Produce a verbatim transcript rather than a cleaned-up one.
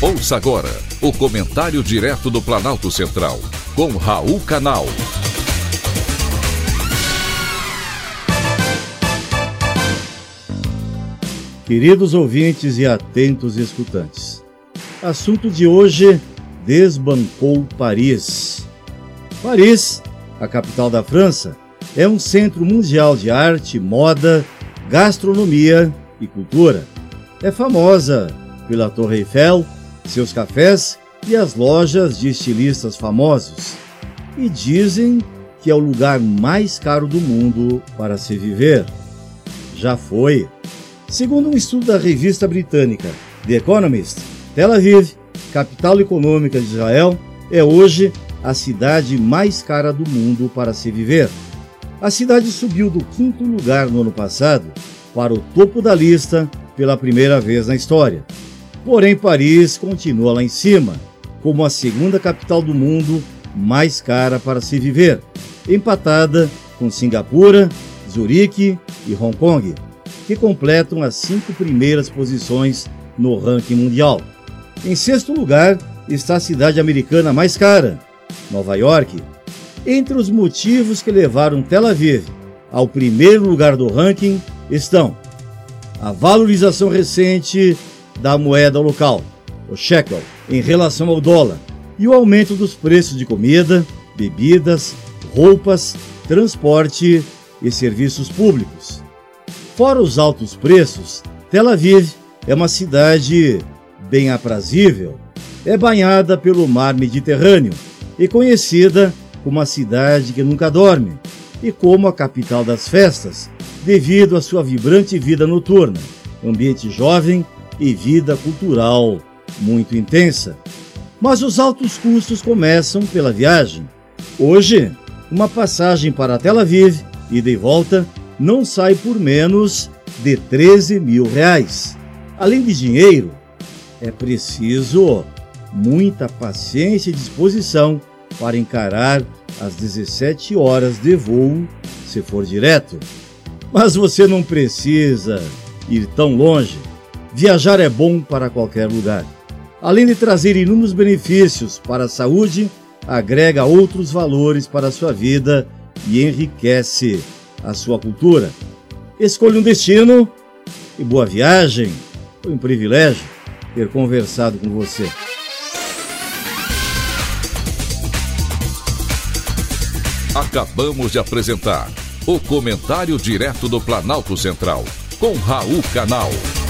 Ouça agora o comentário direto do Planalto Central, com Raul Canal. Queridos ouvintes e atentos escutantes, assunto de hoje: desbancou Paris. Paris, a capital da França, é um centro mundial de arte, moda, gastronomia e cultura. É famosa pela Torre Eiffel, seus cafés e as lojas de estilistas famosos. E dizem que é o lugar mais caro do mundo para se viver. Já foi. Segundo um estudo da revista britânica The Economist, Tel Aviv, capital econômica de Israel, é hoje a cidade mais cara do mundo para se viver. A cidade subiu do quinto lugar no ano passado para o topo da lista pela primeira vez na história. Porém, Paris continua lá em cima, como a segunda capital do mundo mais cara para se viver, empatada com Singapura, Zurique e Hong Kong, que completam as cinco primeiras posições no ranking mundial. Em sexto lugar está a cidade americana mais cara, Nova York. Entre os motivos que levaram Tel Aviv ao primeiro lugar do ranking estão a valorização recente da moeda local, o shekel, em relação ao dólar, e o aumento dos preços de comida, bebidas, roupas, transporte e serviços públicos. Fora os altos preços, Tel Aviv é uma cidade bem aprazível. É banhada pelo mar Mediterrâneo e conhecida como a cidade que nunca dorme e como a capital das festas, devido à sua vibrante vida noturna, ambiente jovem e vida cultural muito intensa. Mas os altos custos começam pela viagem. Hoje, uma passagem para Tel Aviv, ida e volta, não sai por menos de treze mil reais. Além de dinheiro, é preciso muita paciência e disposição para encarar as dezessete horas de voo, se for direto. Mas você não precisa ir tão longe. Viajar é bom para qualquer lugar. Além de trazer inúmeros benefícios para a saúde, agrega outros valores para a sua vida e enriquece a sua cultura. Escolha um destino e boa viagem. Foi um privilégio ter conversado com você. Acabamos de apresentar o comentário direto do Planalto Central, com Raul Canal.